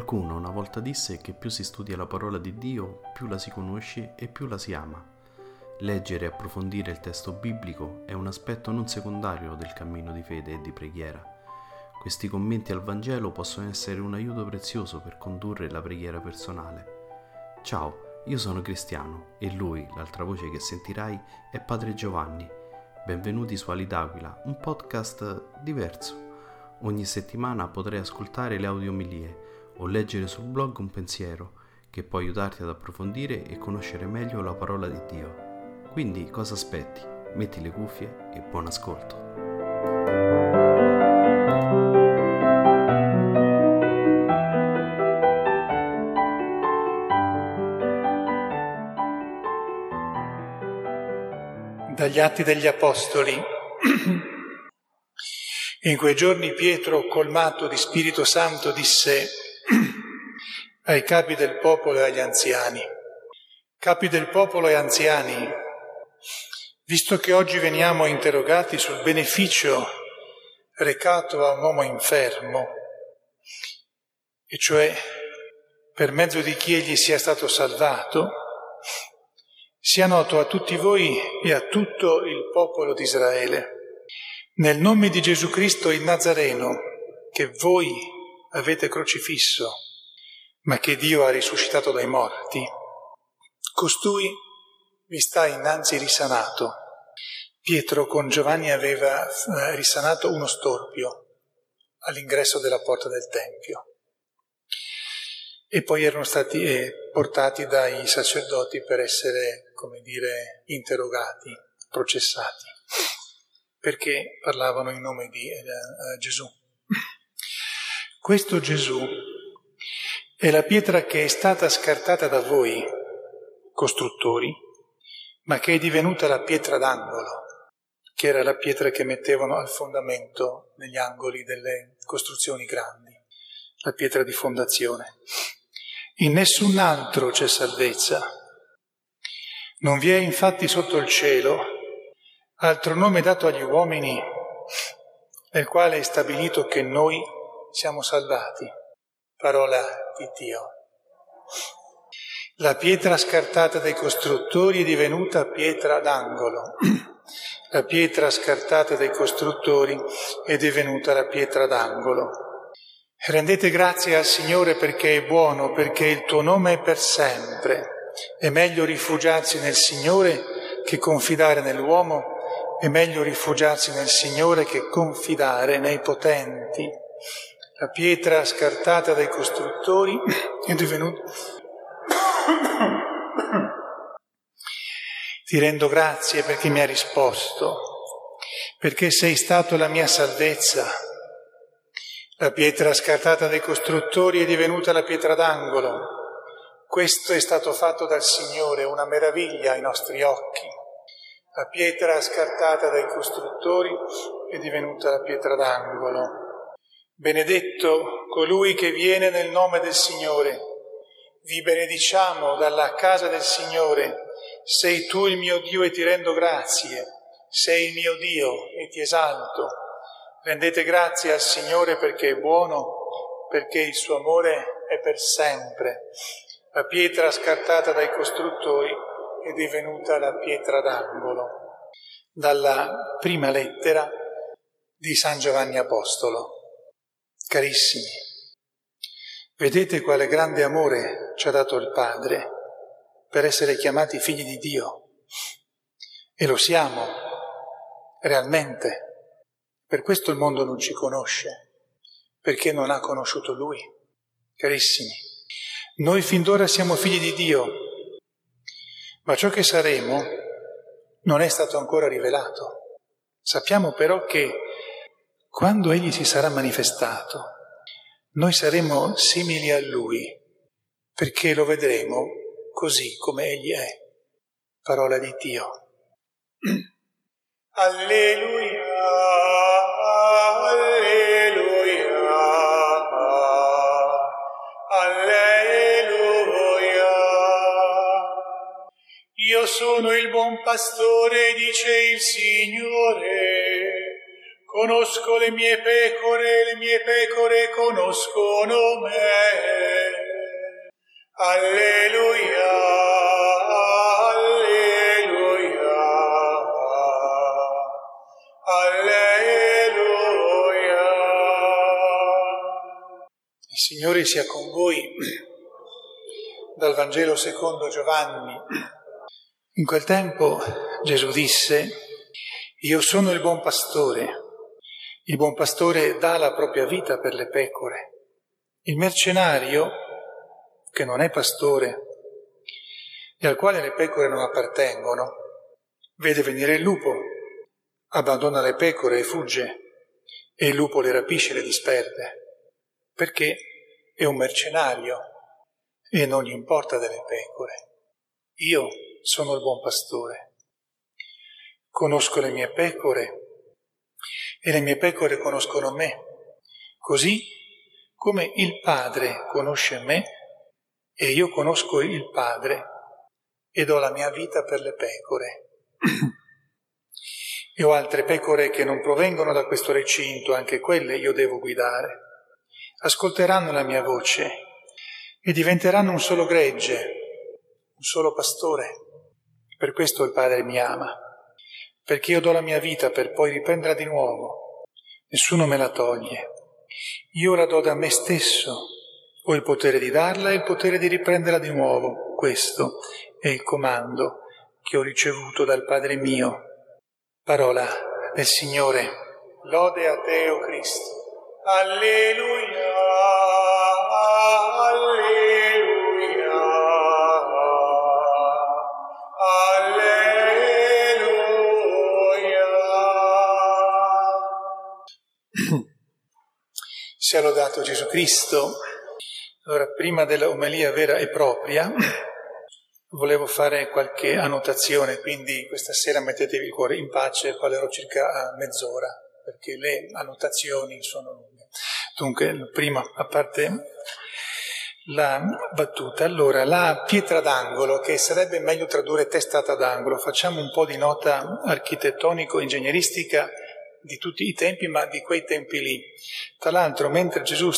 Qualcuno una volta disse che più si studia la parola di Dio, più la si conosce e più la si ama. Leggere e approfondire il testo biblico è un aspetto non secondario del cammino di fede e di preghiera. Questi commenti al Vangelo possono essere un aiuto prezioso per condurre la preghiera personale. Ciao, io sono Cristiano e lui, l'altra voce che sentirai, è Padre Giovanni. Benvenuti su Ali d'Aquila, un podcast diverso. Ogni settimana potrai ascoltare le audiomilie o leggere sul blog un pensiero che può aiutarti ad approfondire e conoscere meglio la parola di Dio. Quindi cosa aspetti? Metti le cuffie e buon ascolto. Dagli Atti degli Apostoli. In quei giorni Pietro, colmato di Spirito Santo, disse ai capi del popolo e agli anziani: capi del popolo e anziani, visto che oggi veniamo interrogati sul beneficio recato a un uomo infermo, e cioè per mezzo di chi egli sia stato salvato, sia noto a tutti voi e a tutto il popolo di Israele, nel nome di Gesù Cristo il Nazareno, che voi avete crocifisso, ma che Dio ha risuscitato dai morti, costui vi sta innanzi risanato. Pietro con Giovanni aveva risanato uno storpio all'ingresso della porta del Tempio e poi erano stati portati dai sacerdoti per essere, interrogati, processati, perché parlavano in nome di Gesù. Questo Gesù è la pietra che è stata scartata da voi, costruttori, ma che è divenuta la pietra d'angolo, che era la pietra che mettevano al fondamento negli angoli delle costruzioni grandi, la pietra di fondazione. In nessun altro c'è salvezza. Non vi è infatti sotto il cielo altro nome dato agli uomini nel quale è stabilito che noi siamo salvati. Parola di Dio. La pietra scartata dai costruttori è divenuta pietra d'angolo. La pietra scartata dai costruttori è divenuta la pietra d'angolo. Rendete grazie al Signore perché è buono, perché il tuo nome è per sempre. È meglio rifugiarsi nel Signore che confidare nell'uomo. È meglio rifugiarsi nel Signore che confidare nei potenti. La pietra scartata dai costruttori è divenuta... Ti rendo grazie perché mi hai risposto, perché sei stato la mia salvezza. La pietra scartata dai costruttori è divenuta la pietra d'angolo. Questo è stato fatto dal Signore, una meraviglia ai nostri occhi. La pietra scartata dai costruttori è divenuta la pietra d'angolo. Benedetto colui che viene nel nome del Signore. Vi benediciamo dalla casa del Signore. Sei tu il mio Dio e ti rendo grazie. Sei il mio Dio e ti esalto. Rendete grazie al Signore perché è buono, perché il suo amore è per sempre. La pietra scartata dai costruttori è divenuta la pietra d'angolo. Dalla prima lettera di San Giovanni Apostolo. Carissimi, vedete quale grande amore ci ha dato il Padre per essere chiamati figli di Dio. E lo siamo, realmente. Per questo il mondo non ci conosce, perché non ha conosciuto Lui. Carissimi, noi fin d'ora siamo figli di Dio, ma ciò che saremo non è stato ancora rivelato. Sappiamo però che quando Egli si sarà manifestato, noi saremo simili a Lui, perché lo vedremo così come Egli è. Parola di Dio. Alleluia, alleluia, alleluia. Io sono il buon pastore, dice il Signore. Conosco le mie pecore conoscono me. Alleluia, alleluia, alleluia. Il Signore sia con voi. Dal Vangelo secondo Giovanni. In quel tempo Gesù disse: io sono il buon pastore. Il buon pastore dà la propria vita per le pecore. Il mercenario, che non è pastore e al quale le pecore non appartengono, vede venire il lupo, abbandona le pecore e fugge, e il lupo le rapisce e le disperde, perché è un mercenario e non gli importa delle pecore. Io sono il buon pastore. Conosco le mie pecore e le mie pecore conoscono me, così come il Padre conosce me e io conosco il Padre e do la mia vita per le pecore. E ho altre pecore che non provengono da questo recinto, anche quelle io devo guidare. Ascolteranno la mia voce e diventeranno un solo gregge, un solo pastore. Per questo il Padre mi ama, perché io do la mia vita per poi riprenderla di nuovo. Nessuno me la toglie. Io la do da me stesso. Ho il potere di darla e il potere di riprenderla di nuovo. Questo è il comando che ho ricevuto dal Padre mio. Parola del Signore. Lode a te, o Cristo. Alleluia, alleluia, alleluia. Sia lodato Gesù Cristo. Allora, prima della omelia vera e propria, volevo fare qualche annotazione, quindi questa sera mettetevi il cuore in pace, parlerò circa mezz'ora, perché le annotazioni sono lunghe. Dunque, prima, a parte la battuta, allora, la pietra d'angolo, che sarebbe meglio tradurre testata d'angolo, facciamo un po' di nota architettonico-ingegneristica di tutti i tempi, ma di quei tempi lì. Tra l'altro, mentre Gesù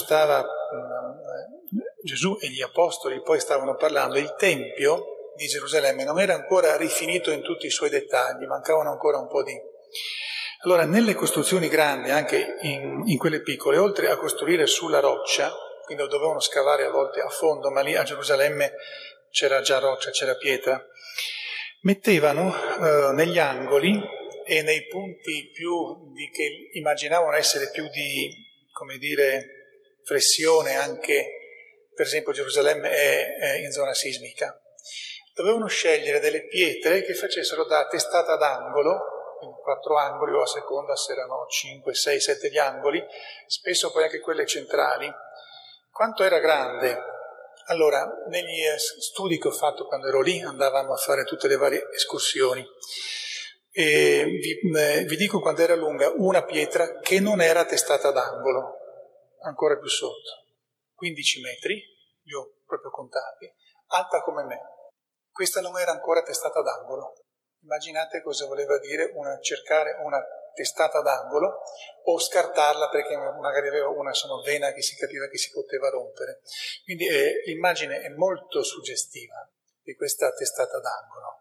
e gli apostoli poi stavano parlando, il Tempio di Gerusalemme non era ancora rifinito in tutti i suoi dettagli, mancavano ancora un po' di... Allora, nelle costruzioni grandi, anche in quelle piccole, oltre a costruire sulla roccia, quindi dovevano scavare a volte a fondo, ma lì a Gerusalemme c'era già roccia, c'era pietra, mettevano negli angoli e nei punti che immaginavano essere più di, come dire, flessione, anche per esempio Gerusalemme è in zona sismica, dovevano scegliere delle pietre che facessero da testata d'angolo, quindi 4 angoli o a seconda se erano 5, 6, 7 gli angoli, spesso poi anche quelle centrali. Quanto era grande? Allora, negli studi che ho fatto quando ero lì, andavamo a fare tutte le varie escursioni, e vi dico quanto era lunga una pietra che non era testata d'angolo, ancora più sotto. 15 metri, li ho proprio contati, alta come me. Questa non era ancora testata d'angolo. Immaginate cosa voleva dire cercare una testata d'angolo o scartarla perché magari aveva una vena che si capiva che si poteva rompere. Quindi l'immagine è molto suggestiva di questa testata d'angolo.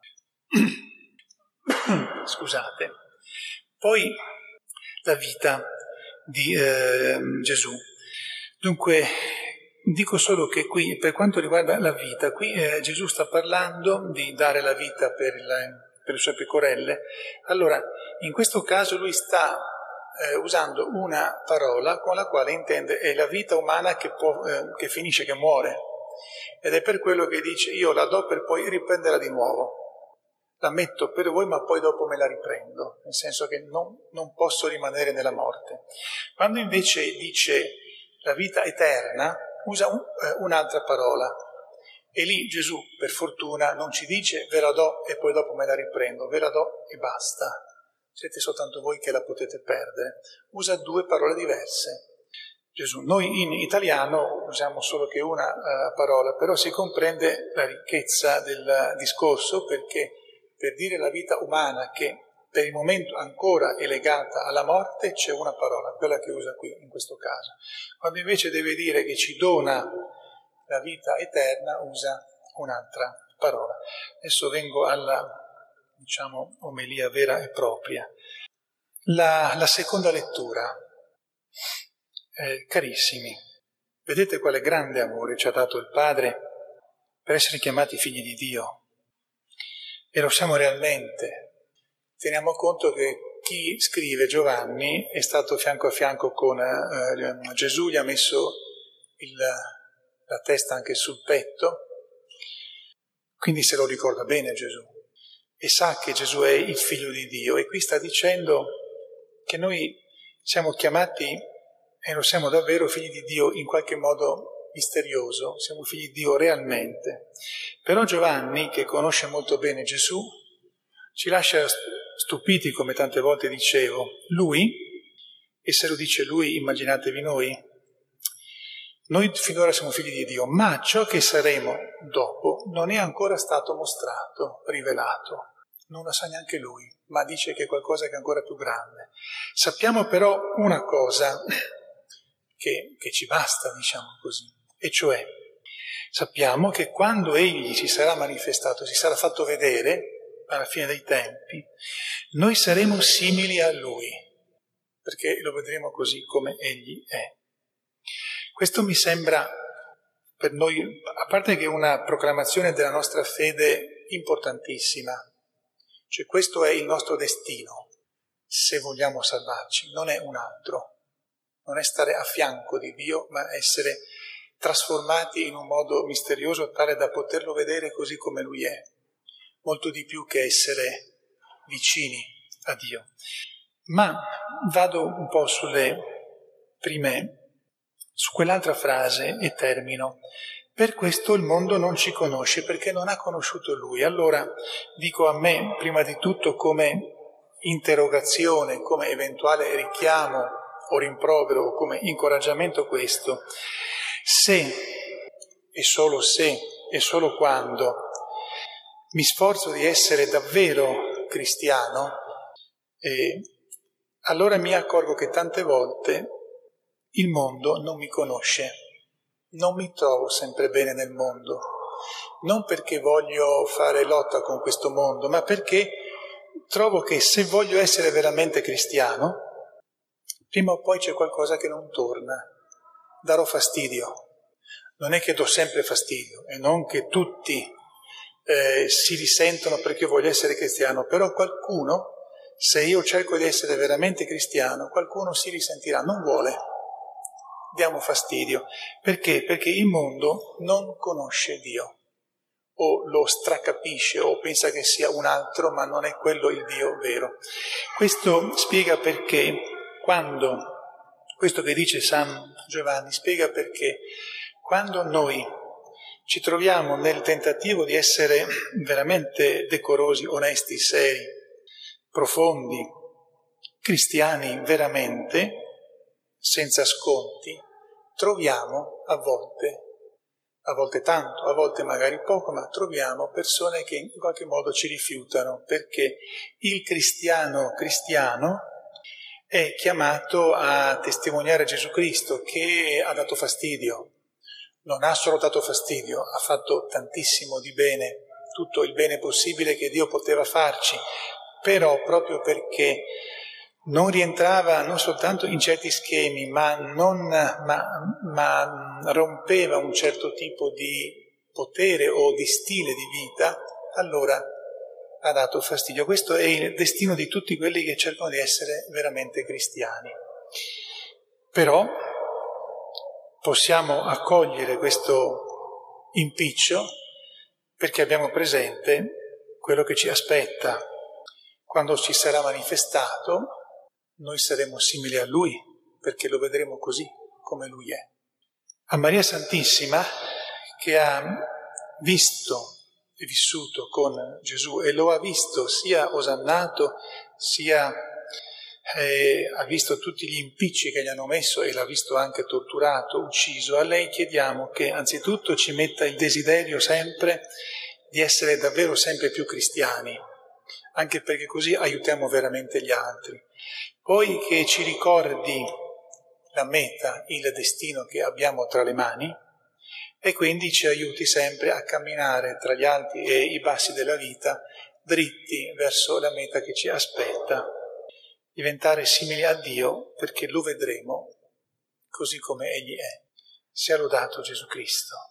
Scusate. Poi la vita di Gesù. Dunque, dico solo che qui, per quanto riguarda la vita, qui Gesù sta parlando di dare la vita per le sue pecorelle. Allora, in questo caso lui sta usando una parola con la quale intende è la vita umana che finisce, che muore. Ed è per quello che dice: io la do per poi riprenderla di nuovo. La metto per voi, ma poi dopo me la riprendo, nel senso che non posso rimanere nella morte. Quando invece dice la vita eterna, usa un'altra parola. E lì Gesù, per fortuna, non ci dice ve la do e poi dopo me la riprendo, ve la do e basta. Siete soltanto voi che la potete perdere. Usa 2 parole diverse. Gesù, noi in italiano usiamo solo che una parola, però si comprende la ricchezza del discorso, perché per dire la vita umana che per il momento ancora è legata alla morte c'è una parola, quella che usa qui in questo caso. Quando invece deve dire che ci dona la vita eterna usa un'altra parola. Adesso vengo alla, omelia vera e propria. La seconda lettura. Carissimi, vedete quale grande amore ci ha dato il Padre per essere chiamati figli di Dio. E lo siamo realmente. Teniamo conto che chi scrive, Giovanni, è stato fianco a fianco con Gesù, gli ha messo la testa anche sul petto, quindi se lo ricorda bene Gesù, e sa che Gesù è il figlio di Dio, e qui sta dicendo che noi siamo chiamati, e lo siamo davvero, figli di Dio in qualche modo misterioso, siamo figli di Dio realmente. Però Giovanni, che conosce molto bene Gesù, ci lascia stupiti, come tante volte dicevo. Lui, e se lo dice lui, immaginatevi noi finora siamo figli di Dio, ma ciò che saremo dopo non è ancora stato mostrato, rivelato. Non lo sa neanche lui, ma dice che è qualcosa che è ancora più grande. Sappiamo però una cosa che ci basta, diciamo così, e cioè sappiamo che quando egli si sarà manifestato, si sarà fatto vedere alla fine dei tempi, noi saremo simili a lui, perché lo vedremo così come egli è. Questo mi sembra per noi, a parte che è una proclamazione della nostra fede importantissima, cioè questo è il nostro destino, se vogliamo salvarci, non è un altro, non è stare a fianco di Dio, ma essere trasformati in un modo misterioso tale da poterlo vedere così come Lui è, molto di più che essere vicini a Dio. Ma vado un po' su quell'altra frase e termino. Per questo il mondo non ci conosce, perché non ha conosciuto Lui. Allora dico a me, prima di tutto come interrogazione, come eventuale richiamo o rimprovero o come incoraggiamento questo: se e solo quando mi sforzo di essere davvero cristiano, allora mi accorgo che tante volte il mondo non mi conosce, non mi trovo sempre bene nel mondo, non perché voglio fare lotta con questo mondo, ma perché trovo che se voglio essere veramente cristiano, prima o poi c'è qualcosa che non torna, darò fastidio. Non è che do sempre fastidio, e non che tutti si risentono perché io voglio essere cristiano, però qualcuno, se io cerco di essere veramente cristiano, qualcuno si risentirà, non vuole. Diamo fastidio. Perché? Perché il mondo non conosce Dio, o lo stracapisce, o pensa che sia un altro, ma non è quello il Dio vero. Questo spiega perché, questo che dice San Giovanni, spiega perché quando noi ci troviamo nel tentativo di essere veramente decorosi, onesti, seri, profondi, cristiani veramente, senza sconti, troviamo a volte tanto, a volte magari poco, ma troviamo persone che in qualche modo ci rifiutano, perché il cristiano è chiamato a testimoniare Gesù Cristo, che ha dato fastidio. Non ha solo dato fastidio, ha fatto tantissimo di bene, tutto il bene possibile che Dio poteva farci, però proprio perché non rientrava non soltanto in certi schemi, ma rompeva un certo tipo di potere o di stile di vita, allora ha dato fastidio. Questo è il destino di tutti quelli che cercano di essere veramente cristiani. Però possiamo accogliere questo impiccio perché abbiamo presente quello che ci aspetta. Quando ci sarà manifestato, noi saremo simili a Lui, perché lo vedremo così come Lui è. A Maria Santissima, che ha visto e vissuto con Gesù e lo ha visto sia osannato, sia ha visto tutti gli impicci che gli hanno messo e l'ha visto anche torturato, ucciso, a lei chiediamo che anzitutto ci metta il desiderio sempre di essere davvero sempre più cristiani, anche perché così aiutiamo veramente gli altri. Poi che ci ricordi la meta, il destino che abbiamo tra le mani, e quindi ci aiuti sempre a camminare tra gli alti e i bassi della vita, dritti verso la meta che ci aspetta, diventare simili a Dio perché lo vedremo così come Egli è. Sia lodato Gesù Cristo.